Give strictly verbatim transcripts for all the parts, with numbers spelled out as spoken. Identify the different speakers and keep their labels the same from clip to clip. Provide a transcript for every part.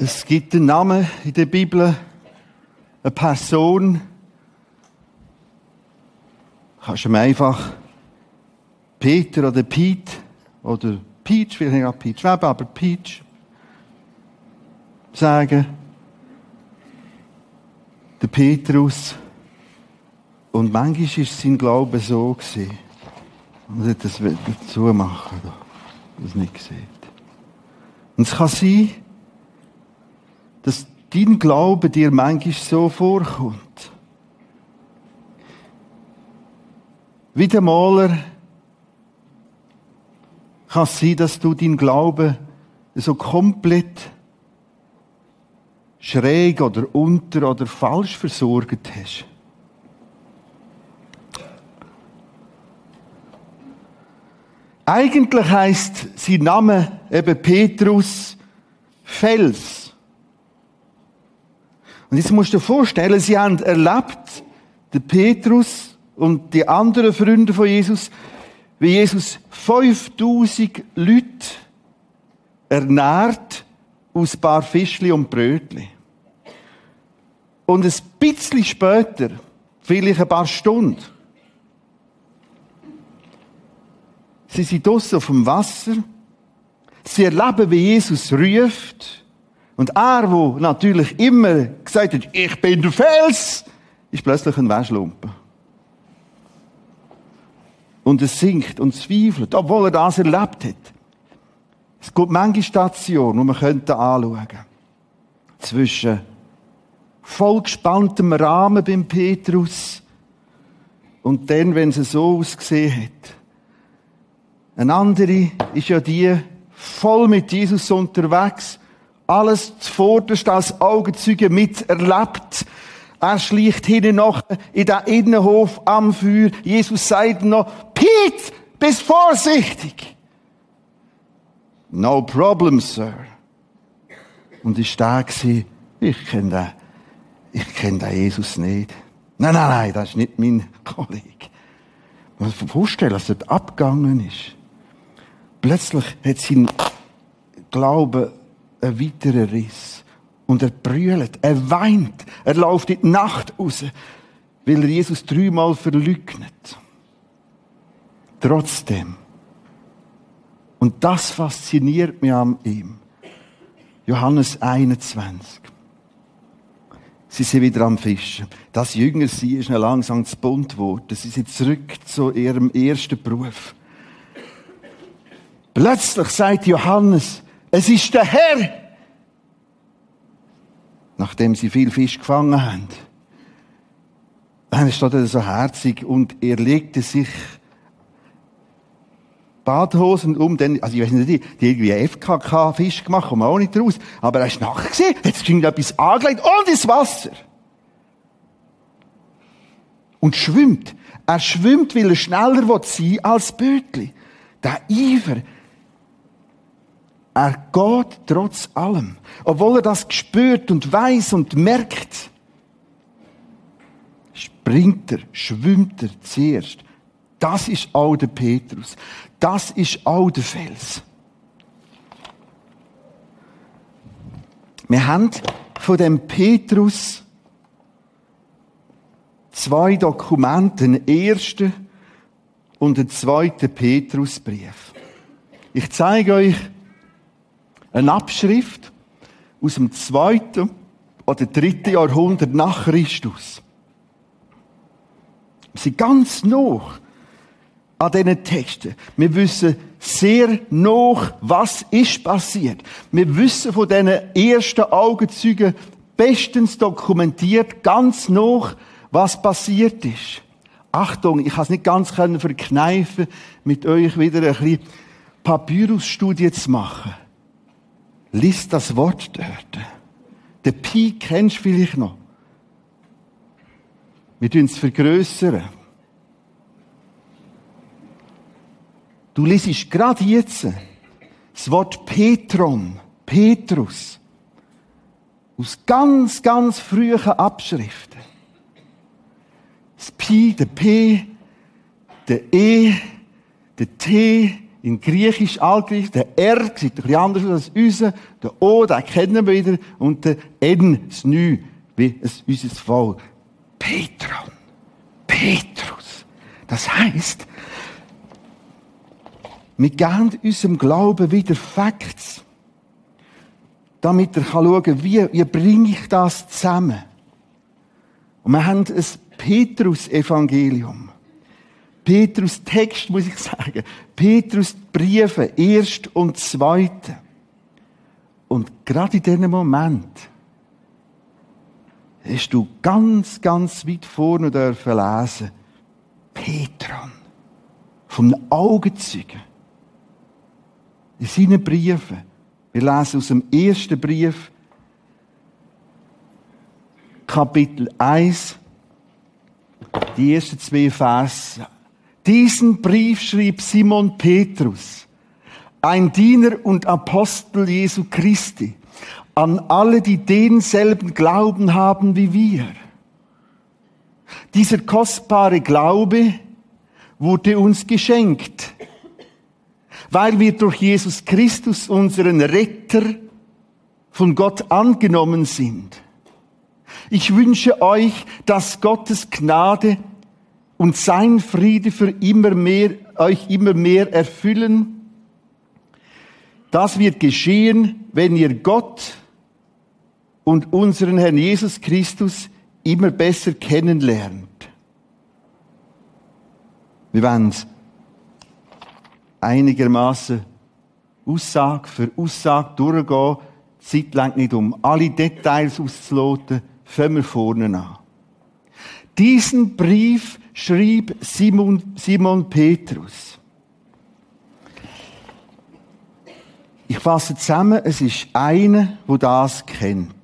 Speaker 1: Es gibt einen Namen in der Bibel, eine Person. Kannst du ihm einfach Peter oder Pete oder Peach, vielleicht nicht Peach Weber, aber Peach sagen. Der Petrus. Und manchmal war sein Glaube so gewesen. Und er das dazu machen, da, das nicht sieht. Und es kann sein, dass dein Glaube dir manchmal so vorkommt. Wie der Maler kann es sein, dass du deinen Glauben so komplett schräg oder unter oder falsch versorgt hast. Eigentlich heisst sein Name eben Petrus Fels. Und jetzt musst du dir vorstellen, sie haben erlebt, der Petrus und die anderen Freunde von Jesus, wie Jesus fünftausend Leute ernährt aus ein paar Fischli und Brötli. Und ein bisschen später, vielleicht ein paar Stunden, sie sind draussen auf dem Wasser. Sie erleben, wie Jesus ruft. Und er, der natürlich immer gesagt hat, ich bin der Fels, ist plötzlich ein Waschlumpen. Und er singt und zweifelt, obwohl er das erlebt hat. Es gibt manche Stationen, die man könnte anschauen könnte. Zwischen vollgespanntem Rahmen beim Petrus und dann, wenn es so ausgesehen hat. Eine andere ist ja die, voll mit Jesus unterwegs, alles zuvorderst als Augenzeuge miterlebt. Er schleicht hinten noch in den Innenhof am Feuer. Jesus sagt noch, Pete, bist vorsichtig. No problem, Sir. Und ich war da, ich kenne den, ich kenne den Jesus nicht. Nein, nein, nein, das ist nicht mein Kollege. Man muss sich vorstellen, dass dort abgegangen ist. Plötzlich hat sein Glaube einen weiteren Riss. Und er brüllt, er weint, er läuft in die Nacht raus, weil er Jesus dreimal verleugnet. Trotzdem. Und das fasziniert mich an ihm. Johannes einundzwanzig. Sie sind wieder am Fischen. Das Jüngersein ist noch langsam zu bunt geworden. Sie sind zurück zu ihrem ersten Beruf. Plötzlich sagt Johannes, es ist der Herr. Nachdem sie viel Fisch gefangen haben. Dann steht er so herzig und er legte sich Badhosen um, denn, also ich weiß nicht, die, die irgendwie F K K-Fisch gemacht, kommen auch nicht raus. Aber er ist nackt gewesen, jetzt ging etwas angelegt und ins Wasser. Und schwimmt. Er schwimmt, weil er schneller sein will als Bötli. Der Eifer. Er geht trotz allem. Obwohl er das spürt und weiss und merkt, springt er, schwimmt er zuerst. Das ist auch der Petrus. Das ist auch der Fels. Wir haben von dem Petrus zwei Dokumente, einen ersten und einen zweiten Petrusbrief. Ich zeige euch eine Abschrift aus dem zweiten oder dritten Jahrhundert nach Christus. Wir sind ganz nah an diesen Texten. Wir wissen sehr nah, was ist passiert. Wir wissen von diesen ersten Augenzeugen bestens dokumentiert, ganz nah, was passiert ist. Achtung, ich kann es nicht ganz verkneifen, mit euch wieder ein bisschen Papyrusstudie zu machen. Lies das Wort dort. Den Pi kennst du vielleicht noch. Wir tun es vergrössern. Du liest gerade jetzt das Wort Petron, Petrus, aus ganz, ganz frühen Abschriften. Das Pi, der P, der E, der T, in Griechisch, Altgriechisch, der R sieht ein bisschen anders aus als unser, der O, den kennen wir wieder, und der N, das Nü, wie es unser Volk. Petron, Petrus. Das heisst, wir geben unserem Glauben wieder Facts, damit er schauen kann, wie, wie bringe ich das zusammen. Und wir haben ein Petrus-Evangelium. Petrus-Text, muss ich sagen. Petrus-Briefe, erst und zweite. Und gerade in diesem Moment hast du ganz, ganz weit vorne dürfen lesen. Petron. Vom Augenzeugen. In seinen Briefen. Wir lesen aus dem ersten Brief, Kapitel eins, die ersten zwei Verse. Diesen Brief schrieb Simon Petrus, ein Diener und Apostel Jesu Christi, an alle, die denselben Glauben haben wie wir. Dieser kostbare Glaube wurde uns geschenkt, weil wir durch Jesus Christus, unseren Retter, von Gott angenommen sind. Ich wünsche euch, dass Gottes Gnade und sein Friede für immer mehr, euch immer mehr erfüllen. Das wird geschehen, wenn ihr Gott und unseren Herrn Jesus Christus immer besser kennenlernt. Wir wollen einigermaßen Aussage für Aussage durchgehen. Zeit lang nicht, um alle Details auszuloten. Fangen wir vorne an. Diesen Brief schrieb Simon, Simon Petrus. Ich fasse zusammen, es ist einer, der das kennt.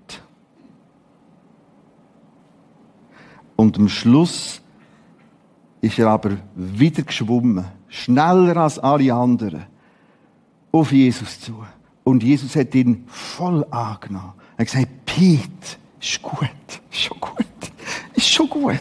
Speaker 1: Und am Schluss ist er aber wieder geschwommen, schneller als alle anderen, auf Jesus zu. Und Jesus hat ihn voll angenommen. Er hat gesagt, Piet, ist gut, ist schon gut, ist schon gut.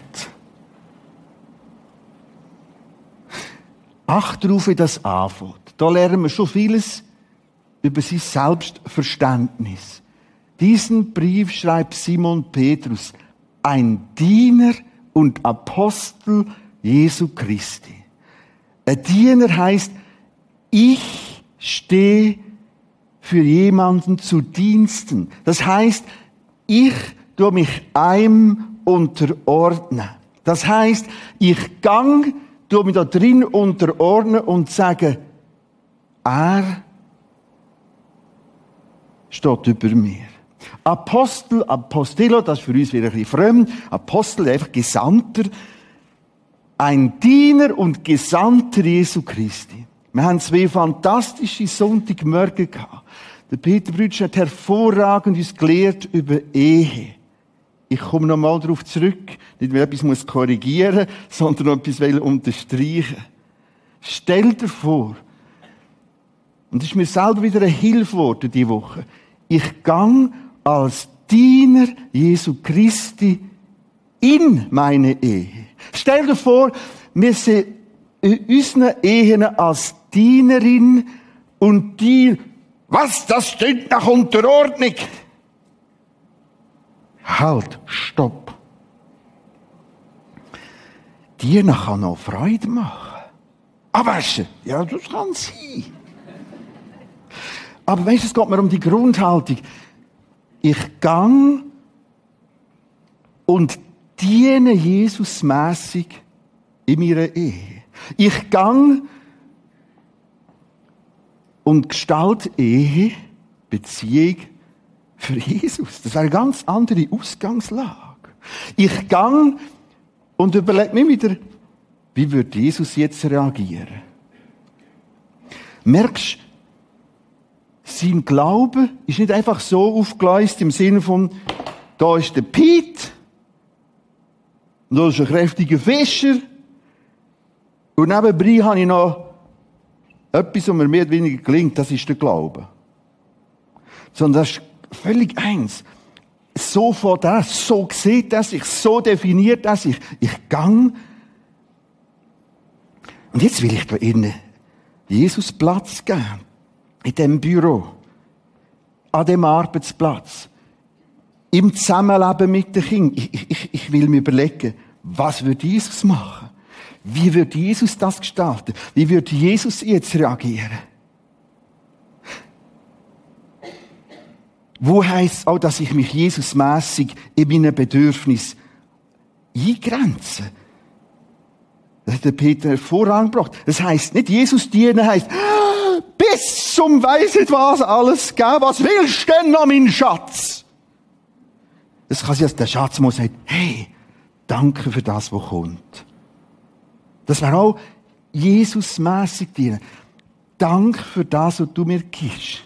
Speaker 1: Acht darauf, wie das anfängt. Da lernen wir schon vieles über sein Selbstverständnis. Diesen Brief schreibt Simon Petrus, ein Diener und Apostel Jesu Christi. Ein Diener heisst, ich stehe für jemanden zu Diensten. Das heisst, ich tue mich einem unterordnen. Das heisst, ich gang, tue mich da drin unterordnen und sage, er steht über mir. Apostel, Apostelo, das ist für uns wieder ein bisschen fremd. Apostel, einfach Gesandter. Ein Diener und Gesandter Jesu Christi. Wir haben zwei fantastische Sonntagmorgen gehabt. Der Peter Brütsch hat hervorragend uns gelehrt über Ehe. Ich komme noch mal darauf zurück. Nicht, weil ich etwas korrigieren muss, sondern noch etwas unterstreichen. Stell dir vor, und es ist mir selber wieder eine Hilfe geworden diese Woche, ich gang als Diener Jesu Christi in meine Ehe. Stell dir vor, wir sind in unseren Ehen als Dienerin und Diener. Was? Das steht nach Unterordnung. Halt, stopp. Diener kann auch Freude machen. Abwaschen, ja, das kann sein. Aber weißt du, es geht mir um die Grundhaltung. Ich gang und diene Jesus mässig in meiner Ehe. Ich gang und gestalte Ehe, Beziehung für Jesus. Das wäre eine ganz andere Ausgangslage. Ich gang und überlege mir wieder, wie würde Jesus jetzt reagieren? Merkst du, sein Glaube ist nicht einfach so aufgeleistet im Sinne von, da ist der Piet, und da ist ein kräftiger Fischer, und nebenbei habe ich noch etwas, was mir mehr oder weniger gelingt, das ist der Glaube. Sondern das ist völlig eins. So von das, so sieht das sich, so definiert das sich. Ich gang. Und jetzt will ich da Ihnen Jesus Platz geben. In dem Büro. An dem Arbeitsplatz. Im Zusammenleben mit den Kindern. Ich, ich, ich will mir überlegen, was würde Jesus machen? Wie würde Jesus das gestalten? Wie würde Jesus jetzt reagieren? Wo heisst es auch, dass ich mich Jesusmässig in meinen Bedürfnissen eingrenze? Das hat der Peter vorangebracht. Das heisst nicht, Jesus dienen heisst, bis zum weiss nicht was alles geben. Was willst du denn noch, mein Schatz? Das kann sein, dass der Schatz muss sagen, hey, danke für das, was kommt. Das wäre auch Jesusmässig dienen. Danke für das, was du mir gibst.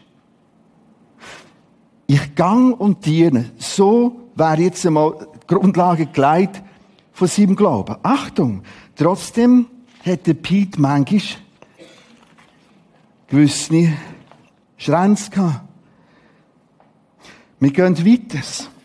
Speaker 1: Ich gang und diene. So wäre jetzt einmal die Grundlage gelegt von seinem Glauben. Achtung! Trotzdem hat der Piet manchmal gewisse Schränze gehabt. Wir gehen weiter.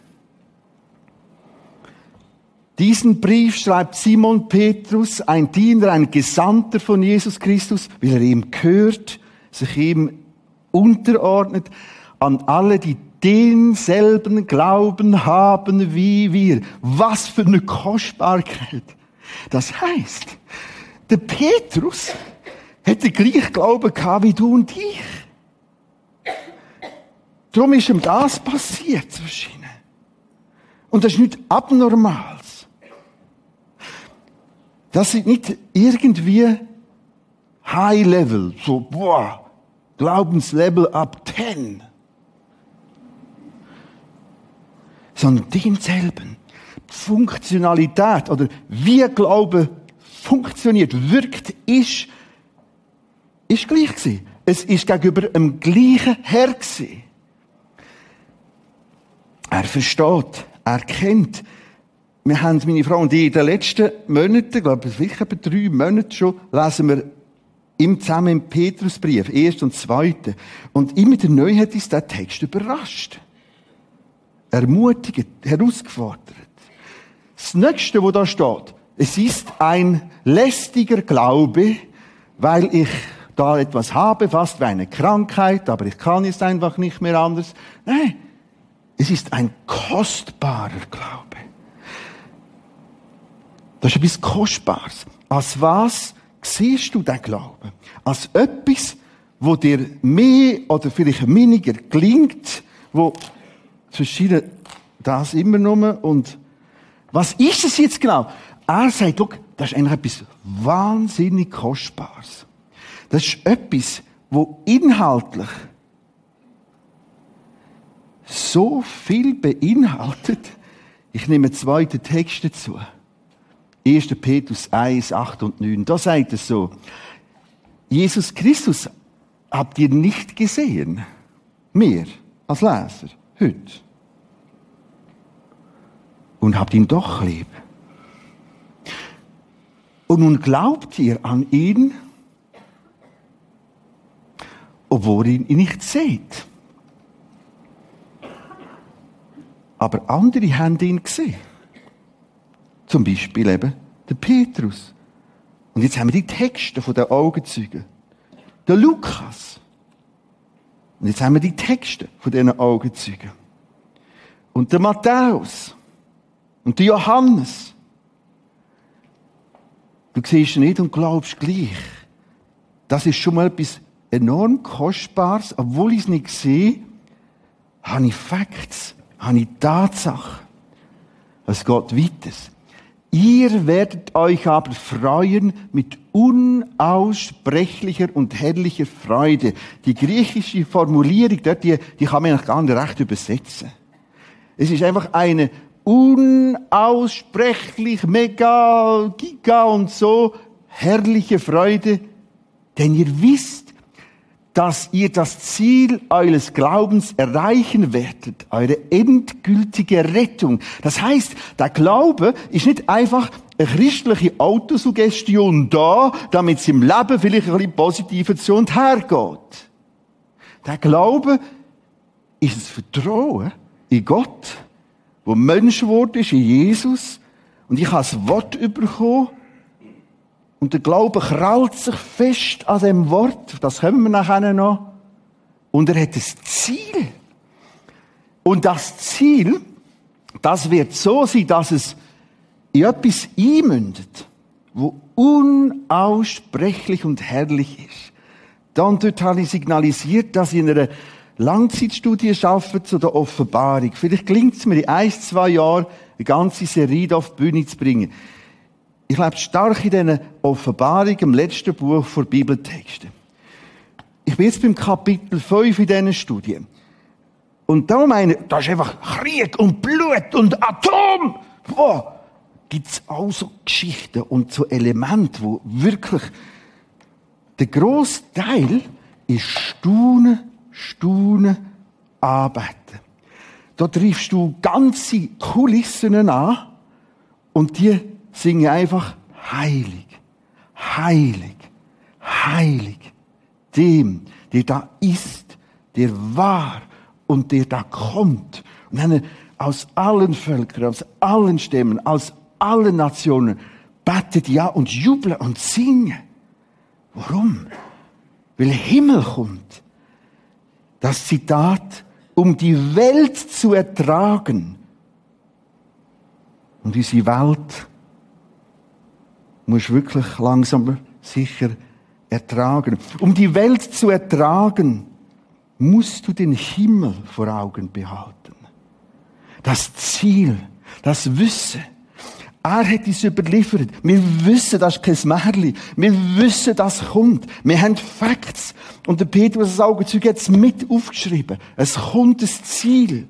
Speaker 1: Diesen Brief schreibt Simon Petrus, ein Diener, ein Gesandter von Jesus Christus, weil er ihm gehört, sich ihm unterordnet, an alle, die denselben Glauben haben wie wir. Was für eine Kostbarkeit. Das heisst, der Petrus hätte gleich Glauben gehabt wie du und ich. Darum ist ihm das passiert zwischen ihnen. Und das ist nichts Abnormales. Das ist nicht irgendwie High Level, so, boah, Glaubenslevel ab zehn. Sondern denselben. Funktionalität oder wie Glaube funktioniert, wirkt, ist, ist gleich gewesen. Es ist gegenüber dem gleichen Herr gewesen. Er versteht, er kennt. Wir haben, meine Frau und ich, in den letzten Monaten, ich glaube, sicher etwa drei Monate schon, lesen wir im zusammen im Petrusbrief, erst und zweite. Und immer wieder neu hat uns der Text überrascht. Ermutigt, herausgefordert. Das Nächste, wo da steht, es ist ein lästiger Glaube, weil ich da etwas habe, fast wie eine Krankheit, aber ich kann jetzt einfach nicht mehr anders. Nein, es ist ein kostbarer Glaube. Das ist etwas Kostbares. Als was siehst du den Glauben? Als etwas, wo dir mehr oder vielleicht weniger gelingt, wo verschiedene das immer nur und was ist es jetzt genau? Er sagt, schau, das ist eigentlich etwas wahnsinnig Kostbares. Das ist etwas, wo inhaltlich so viel beinhaltet. Ich nehme zweite Text dazu. erster Petrus eins, acht und neun. Da sagt es so, Jesus Christus habt ihr nicht gesehen. Mehr als Leser. Heute. Und habt ihn doch lieb. Und nun glaubt ihr an ihn, obwohl ihr ihn nicht seht. Aber andere haben ihn gesehen. Zum Beispiel eben der Petrus. Und jetzt haben wir die Texte von den Augenzeugen. Der Lukas. Und jetzt haben wir die Texte von diesen Augenzeugen. Und der Matthäus. Und der Johannes. Du siehst nicht und glaubst gleich. Das ist schon mal etwas enorm Kostbares. Obwohl ich es nicht sehe, habe ich Facts, habe ich Tatsachen. Es geht weiter. Ihr werdet euch aber freuen mit unaussprechlicher und herrlicher Freude. Die griechische Formulierung dort, die, die kann man eigentlich gar nicht recht übersetzen. Es ist einfach eine unaussprechlich, mega, giga und so herrliche Freude, denn ihr wisst, dass ihr das Ziel eures Glaubens erreichen werdet, eure endgültige Rettung. Das heißt, der Glaube ist nicht einfach eine christliche Autosuggestion da, damit es im Leben vielleicht ein bisschen positiver zu und her geht. Der Glaube ist das Vertrauen in Gott, wo Mensch geworden ist, in Jesus. Und ich habe das Wort bekommen, Und der Glaube krallt sich fest an dem Wort. Das können wir nachher noch. Und er hat ein Ziel. Und das Ziel, das wird so sein, dass es in etwas einmündet, wo unaussprechlich und herrlich ist. Dann dort habe ich signalisiert, dass ich in einer Langzeitstudie arbeite zu der Offenbarung. Vielleicht gelingt es mir in ein, zwei Jahren, eine ganze Serie auf die Bühne zu bringen. Ich lebe stark in diesen Offenbarungen, im letzten Buch der Bibeltexte. Ich bin jetzt beim Kapitel fünf in diesen Studien. Und da meine ich, da ist einfach Krieg und Blut und Atom. Wow. Gibt es auch so Geschichten und so Elemente, wo wirklich der grosse Teil ist Staunen, Staunen, Arbeiten. Da triffst du ganze Kulissen an und die singen einfach heilig, heilig, heilig. Dem, der da ist, der war und der da kommt. Und dann aus allen Völkern, aus allen Stämmen, aus allen Nationen betet ja und jubeln und singen. Warum? Weil Himmel kommt. Das Zitat, um die Welt zu ertragen. Und unsere Welt muss wirklich langsam sicher ertragen. Um die Welt zu ertragen, musst du den Himmel vor Augen behalten. Das Ziel, das Wissen. Er hat uns überliefert. Wir wissen, das ist kein Märchen. Wir wissen, das kommt. Wir haben Facts. Und der Petrus, das Augenzeug, hat es mit aufgeschrieben. Es kommt das Ziel.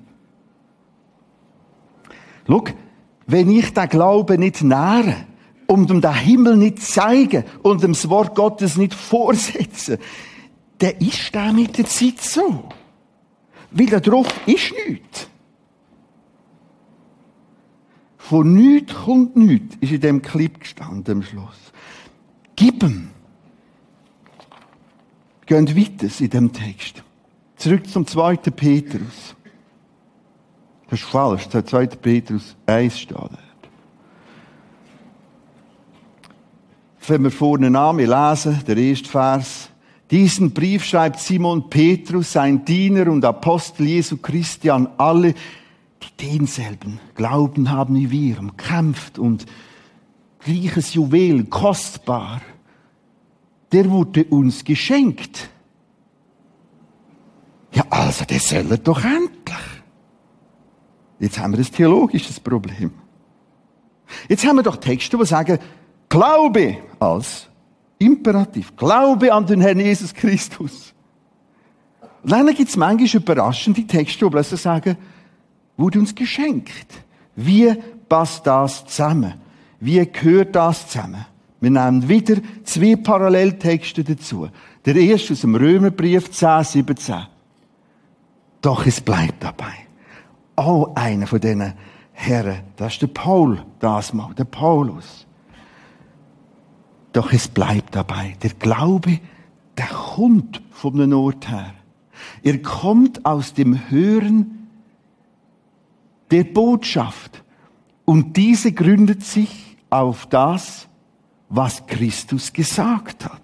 Speaker 1: Schau, wenn ich den Glauben nicht nähre und um den Himmel nicht zeigen und dem das Wort Gottes nicht vorsetzen, dann ist das mit der Zeit so. Weil da drauf ist nichts. Von nichts kommt nichts, ist in dem Clip gestanden am Schluss. Gib ihm. Gehen weiter in dem Text. Zurück zum zweiten Petrus. Das ist falsch, der zweite Petrus eins steht dort. Wenn wir vorne an, wir lesen, der erste Vers. Diesen Brief schreibt Simon Petrus, sein Diener und Apostel Jesu Christi, an alle, die denselben Glauben haben wie wir, umkämpft und gleiches Juwel, kostbar. Der wurde uns geschenkt. Ja, also, der soll er doch endlich. Jetzt haben wir ein theologisches Problem. Jetzt haben wir doch Texte, die sagen, Glaube als Imperativ. Glaube an den Herrn Jesus Christus. Und dann gibt es manchmal überraschende Texte, die plötzlich sagen, wurde uns geschenkt. Wie passt das zusammen? Wie gehört das zusammen? Wir nehmen wieder zwei Paralleltexte dazu. Der erste aus dem Römerbrief zehn, siebzehn. Doch es bleibt dabei. Auch einer von diesen Herren, das ist der Paul, das mal, der Paulus. Doch es bleibt dabei. Der Glaube, der kommt von einem Ort her. Er kommt aus dem Hören der Botschaft. Und diese gründet sich auf das, was Christus gesagt hat.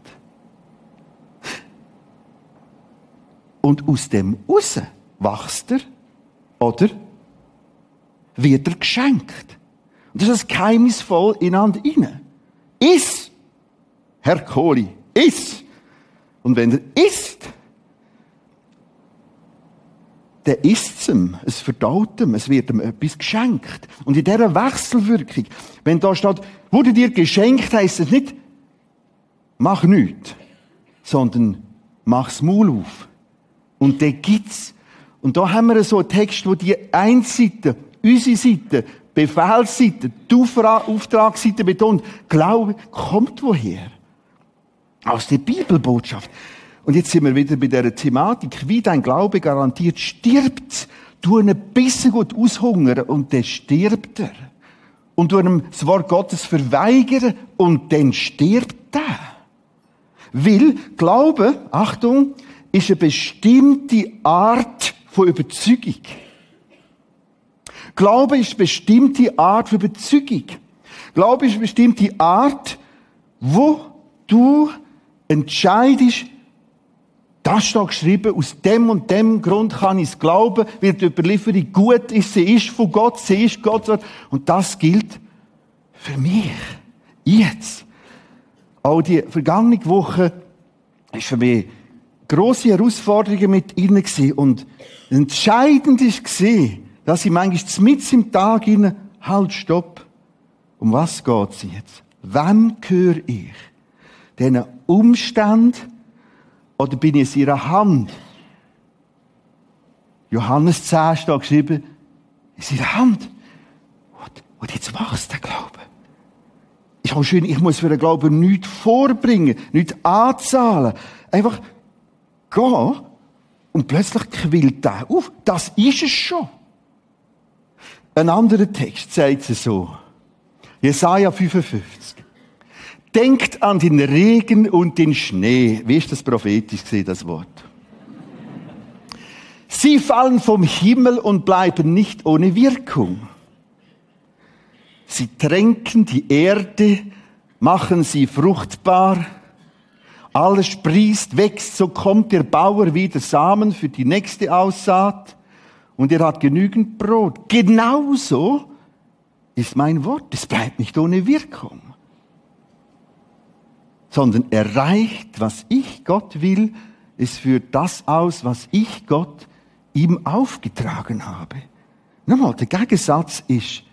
Speaker 1: Und aus dem raus wächst er, oder wird er geschenkt. Und das ist geheimnisvoll ineinander rein. Iss, Herr Kohli, iss. Und wenn er isst, dann isst es ihm, es verdaut ihm, es wird ihm etwas geschenkt. Und in dieser Wechselwirkung, wenn da steht, wurde dir geschenkt, heisst es nicht, mach nichts, sondern mach's Maul auf. Und dann gibt's. Und da haben wir so einen Text, wo die eine Seite, unsere Seite, Befehlsseite, die Auftragsseite betont, Glaube kommt woher? Aus der Bibelbotschaft. Und jetzt sind wir wieder bei dieser Thematik, wie dein Glaube garantiert stirbt. Du ihn ein bisschen gut aushungern und dann stirbt er. Und du ihm das Wort Gottes verweigern und dann stirbt er. Weil Glaube, Achtung, ist eine bestimmte Art von Überzeugung. Glaube ist eine bestimmte Art von Überzeugung. Glaube ist eine bestimmte Art, wo du entscheidest, das steht geschrieben, aus dem und dem Grund kann ich es glauben, weil die Überlieferung gut ist, sie ist von Gott, sie ist Gottes Wort. Und das gilt für mich. Jetzt. Auch die vergangene Woche war für mich grosse Herausforderungen mit ihnen gewesen. Und entscheidend war, dass ich manchmal mitten im Tag ihnen halt stopp. Um was geht es jetzt? Wem gehöre ich? Diesen Umständen oder bin ich in ihrer Hand? Johannes zehn steht geschrieben, in ihrer Hand. Und, und jetzt wächst der Glaube. Ist auch schön, ich muss für den Glauben nichts vorbringen, nichts anzahlen. Einfach gehen und plötzlich quillt der auf. Das ist es schon. Ein anderer Text sagt es so. Jesaja fünfundfünfzig. Denkt an den Regen und den Schnee. Wie ist das prophetisch gesehen, das Wort? Sie fallen vom Himmel und bleiben nicht ohne Wirkung. Sie tränken die Erde, machen sie fruchtbar. Alles sprießt, wächst, so kommt der Bauer wieder Samen für die nächste Aussaat. Und er hat genügend Brot. Genauso ist mein Wort. Es bleibt nicht ohne Wirkung. Sondern erreicht, was ich Gott will, es führt das aus, was ich Gott ihm aufgetragen habe. Nochmal, der Gegensatz ist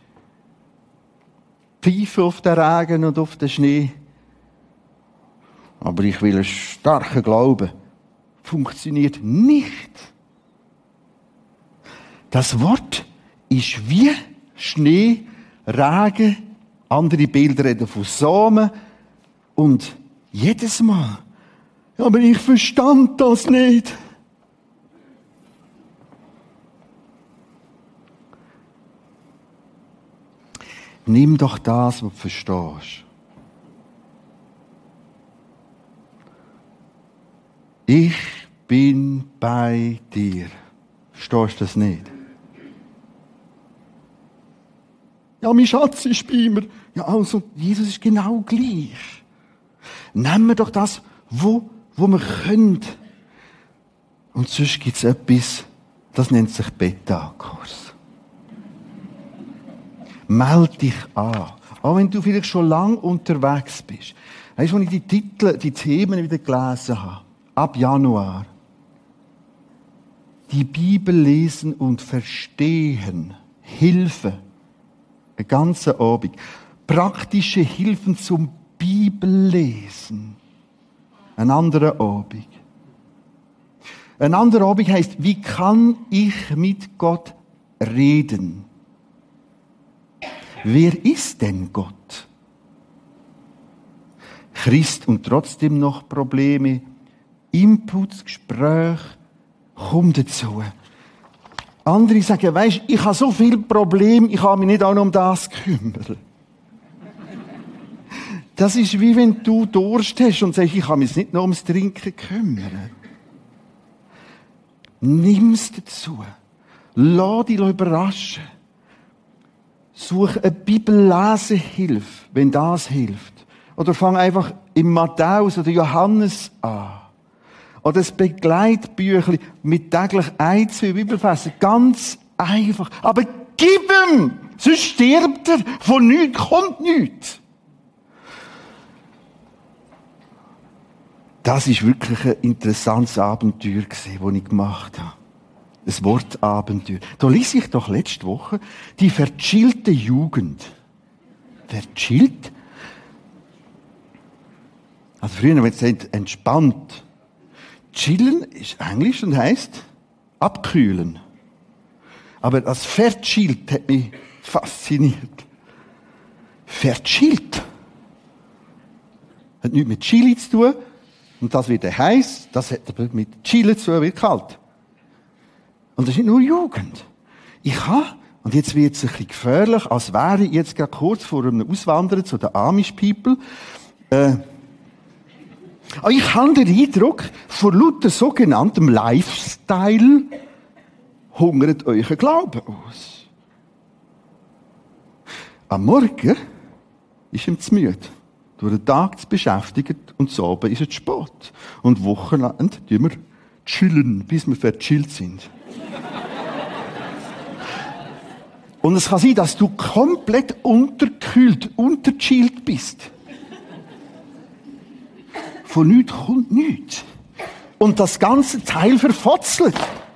Speaker 1: Pfeife auf den Regen und auf den Schnee. Aber ich will einen starken Glauben. Funktioniert nicht. Das Wort ist wie Schnee, Regen, andere Bilder reden von Samen. Und jedes Mal, ja, aber ich verstand das nicht. Nimm doch das, was du verstehst. Ich bin bei dir. Verstehst du das nicht? Ja, mein Schatz ist bei mir. Ja, also, Jesus ist genau gleich. Nehmen wir doch das, wo, wo wir können. Und sonst gibt es etwas, das nennt sich Beta-Kurs. Meld dich an. Auch wenn du vielleicht schon lange unterwegs bist. Weißt du, als ich die Titel, die Themen wieder gelesen habe? Ab Januar. Die Bibel lesen und verstehen. Hilfe. Einen ganzen Abend. Praktische Hilfen zum Bibellesen. Ein anderer Abend. Ein anderer Abend heisst, wie kann ich mit Gott reden? Wer ist denn Gott? Christ und trotzdem noch Probleme. Inputs, Gespräch, komm dazu. Andere sagen, weisst, ich habe so viele Probleme, ich kann mich nicht auch noch um das kümmern. Das ist wie wenn du Durst hast und sagst, ich kann mich nicht noch ums Trinken kümmern. Nimm's dazu. Lass dich überraschen. Such eine Bibellesehilfe, wenn das hilft. Oder fang einfach im Matthäus oder Johannes an. Oder ein Begleitbüchlein mit täglich ein, zwei Bibelversen. Ganz einfach. Aber gib ihm! Sonst stirbt er. Von nichts kommt nichts. Das war wirklich ein interessantes Abenteuer, das ich gemacht habe. Ein Wortabenteuer. Da ließ ich doch letzte Woche die verchillte Jugend. Verchillt? Also früher, wenn es entspannt. Chillen ist Englisch und heisst abkühlen. Aber das verchillt hat mich fasziniert. Verchillt. Hat nichts mit Chili zu tun. Und das wird heiß. Das hat aber mit Chillen zu tun, wird kalt. Und das ist nicht nur Jugend. Ich habe, und jetzt wird es ein bisschen gefährlich, als wäre ich jetzt gerade kurz vor einem Auswandern zu den Amish People. Äh, aber ich habe den Eindruck, vor lauter sogenanntem Lifestyle hungert euer Glauben aus. Am Morgen ist ihm zu müde. durch den Tag zu beschäftigen und zu Abend ist es Sport. Und Wochenende tun wir chillen, bis wir verchillt sind. Und es kann sein, dass du komplett unterkühlt, unterchillt bist. Von nichts kommt nichts. Und das ganze Teil verfotzelt.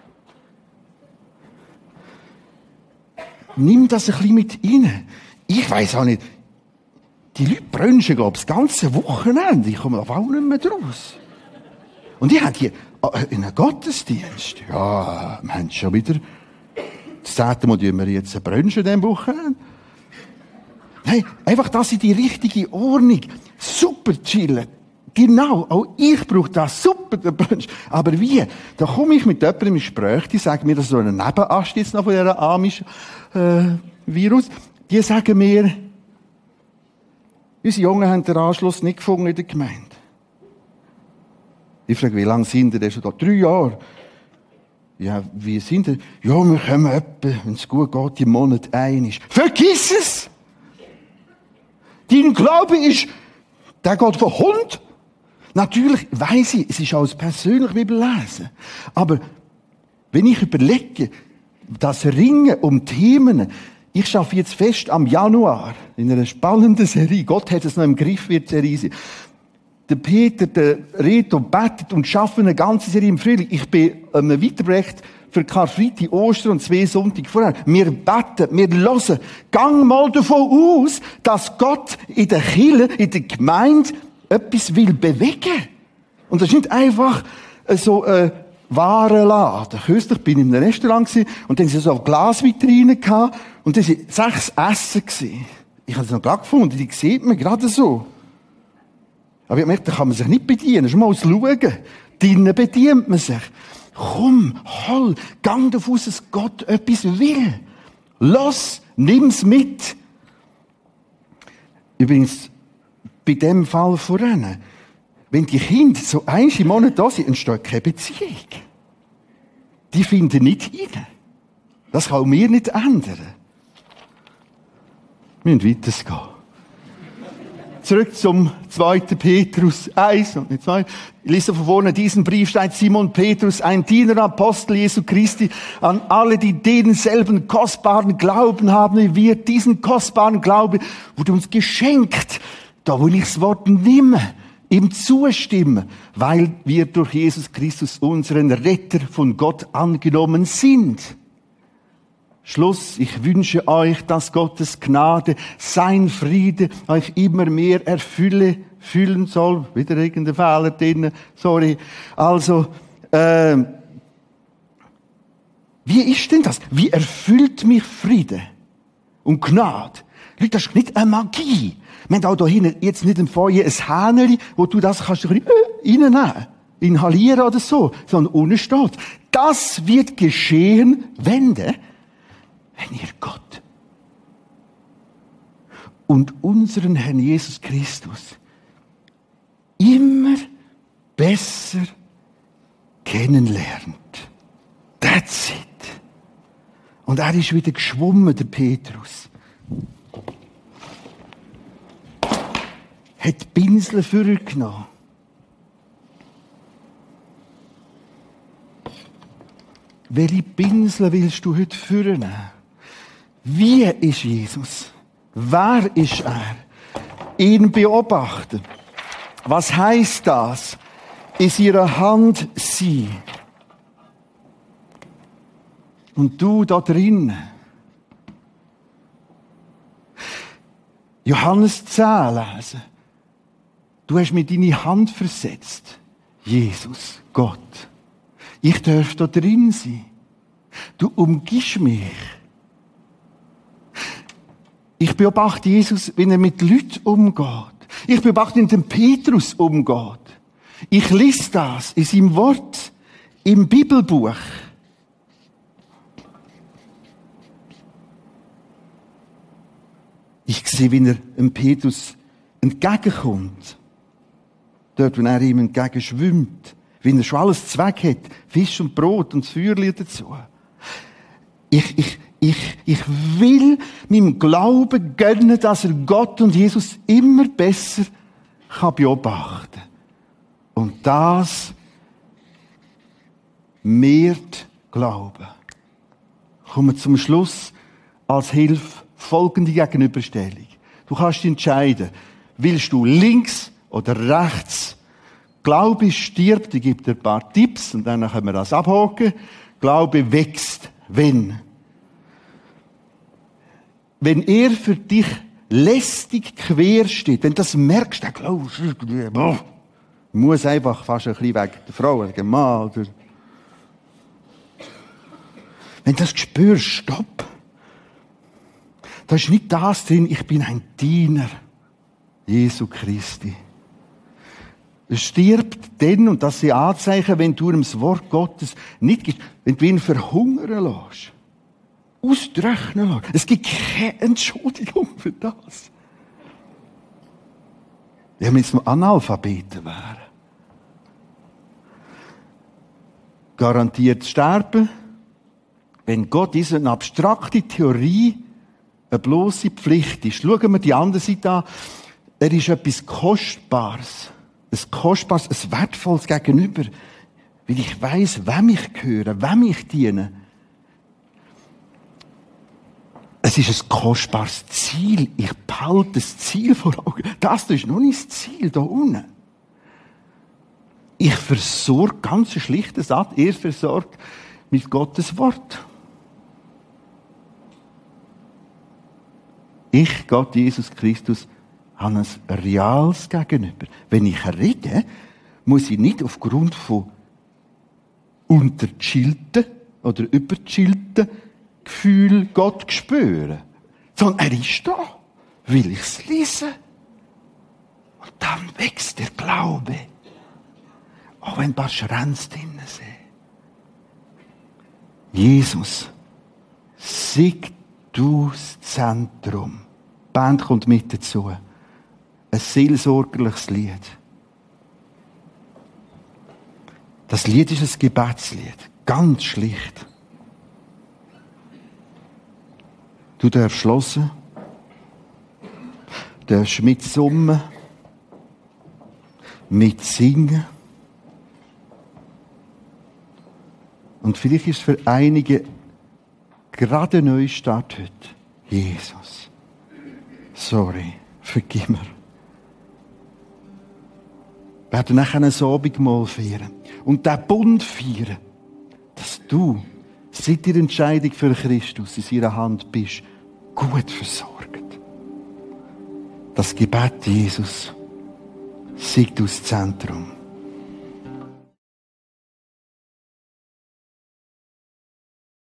Speaker 1: Nimm das ein bisschen mit rein. Ich weiss auch nicht, die Leute brunchen, glaube ich, das ganze Wochenende. Ich komme auch nicht mehr draus. Und ich habe hier in einem Gottesdienst. Ja, wir haben schon wieder, das zehnte Mal tun wir jetzt brunchen an diesem Wochenende. Hey, einfach das in die richtige Ordnung. Super chillen. Genau, auch ich brauche das. Super, der Brunch. Aber wie? Da komme ich mit jemandem im Gespräch, die sagen mir, das ist so ein Nebenast jetzt noch von dieser Amish-Virus. Die sagen mir, unsere Jungen haben den Anschluss nicht gefunden in der Gemeinde. Ich frage, wie lange sind ihr denn schon da? Drei Jahre. Ja, wie sind ihr? Ja, wir kommen etwa, wenn es gut geht, im Monat ein ist. Vergiss es! Dein Glaube ist, der geht von Hund. Natürlich weiss ich, es ist alles persönlich Bibel lesen. Aber wenn ich überlege, das Ringen um Themen, ich schaffe jetzt fest am Januar in einer spannenden Serie. Gott hat es noch im Griff, wird Serie sein. Der Peter, der Reto betet und schafft eine ganze Serie im Frühling. Ich bin an einem Weiterprojekt für Karfreitag, Ostern und zwei Sonntage vorher. Wir beten, wir hören. Gang mal davon aus, dass Gott in der Kirche, in der Gemeinde etwas will bewegen. Und das ist nicht einfach so ein Warenladen. Kürzlich bin ich in einem Restaurant gewesen, und dann sind so Glasvitrinen gehabt, und das waren sechs Essen gewesen. Ich habe es noch gerade gefunden, die sieht man gerade so. Aber ich merke, da kann man sich nicht bedienen. Schon mal schauen. Drinnen bedient man sich. Komm, hol, gang davon aus, dass Gott etwas will. Los, nimm's mit. Übrigens, bei dem Fall voran, wenn die Kinder so ein im Monat da sind, entsteht keine Beziehung. Die finden nicht rein. Das kann auch mir nicht ändern. Wir müssen weitergehen. Zurück zum zweiten Petrus eins und nicht zwei. Ich lese von vorne, diesen Brief schreibt Simon Petrus, ein Diener, Apostel Jesu Christi, an alle, die denselben kostbaren Glauben haben wie wir. Diesen kostbaren Glauben wurde uns geschenkt. Da will ich das Wort nehmen, ihm zustimmen, weil wir durch Jesus Christus, unseren Retter, von Gott angenommen sind. Schluss, ich wünsche euch, dass Gottes Gnade, sein Friede euch immer mehr erfülle, fühlen soll. Wieder irgendein Fehler drin, sorry. Also, äh, wie ist denn das? Wie erfüllt mich Friede und Gnade? Leute, das ist nicht eine Magie. Wir haben auch da hinten jetzt nicht im Feuer ein Hähnchen, wo du das kannst ein bisschen reinnehmen, inhalieren oder so, sondern unten steht. Das wird geschehen, wenn, wenn ihr Gott und unseren Herrn Jesus Christus immer besser kennenlernt. That's it. Und er ist wieder geschwommen, der Petrus. Hat die Pinsel vorgenommen. Welche Pinsel willst du heute vornehmen? Wie ist Jesus? Wer ist er? Ihn beobachten. Was heißt das? In ihrer Hand sein. Und du da drinnen. Johannes zehn lesen. Du hast mir deine Hand versetzt. Jesus, Gott. Ich darf da drin sein. Du umgibst mich. Ich beobachte Jesus, wenn er mit Leuten umgeht. Ich beobachte, wie er mit Petrus umgeht. Ich lese das in seinem Wort, im Bibelbuch. Ich sehe, wie er dem Petrus entgegenkommt. Dort, wo er ihm entgegenschwimmt. Wie er schon alles Zweck hat. Fisch und Brot und das Feuerchen dazu. Ich, ich, ich, ich will meinem Glauben gönnen, dass er Gott und Jesus immer besser kann beobachten. Und das mehrt Glauben. Kommen wir zum Schluss als Hilfe folgende Gegenüberstellung. Du kannst dich entscheiden, willst du links oder rechts? Glaube stirbt, ich gebe dir ein paar Tipps und dann können wir das abhaken. Glaube wächst, wenn? Wenn er für dich lästig quer steht, wenn du das merkst, dann glaubst du, boah, muss einfach fast ein bisschen wegen der Frau, wegen dem Mann, oder wenn du das spürst, stopp. Da ist nicht das drin, ich bin ein Diener Jesu Christi. Es stirbt dann, und das sind Anzeichen, wenn du ihm das Wort Gottes nicht gibst, wenn du ihn verhungern lässt, austrocknen lässt. Es gibt keine Entschuldigung für das. Ja, wenn wir Analphabeten wären. Garantiert sterben, wenn Gott ist eine abstrakte Theorie, eine bloße Pflicht ist. Schauen wir die andere Seite an. Er ist etwas Kostbares. Ein Kostbares, ein Wertvolles Gegenüber. Weil ich weiss, wem ich gehöre, wem ich diene. Es ist ein kostbares Ziel. Ich behalte das Ziel vor Augen. Das ist noch nicht das Ziel, da unten. Ich versorge, ganz ein schlichter Satz, er versorgt mit Gottes Wort. Ich, Gott, Jesus Christus, habe ein reales Gegenüber. Wenn ich rede, muss ich nicht aufgrund von unterchillten oder überchillten Gefühlen Gott spüren. Sondern er ist da, will ich es lesen. Und dann wächst der Glaube. Auch wenn ein paar Schränze drin sind. Jesus, sieg du das Zentrum. Die Band kommt mit dazu. Ein seelsorgerliches Lied. Das Lied ist ein Gebetslied. Ganz schlicht. Du darfst hören. Du darfst mitsummen. Mitsingen. Und vielleicht ist es für einige gerade ein Neustart heute. Jesus. Sorry. Vergib mir. Wir werden nachher ein Abendmahl feiern. Und diesen Bund feiern, dass du seit der Entscheidung für Christus in seiner Hand bist, gut versorgt. Das Gebet Jesus siegt aus Zentrum.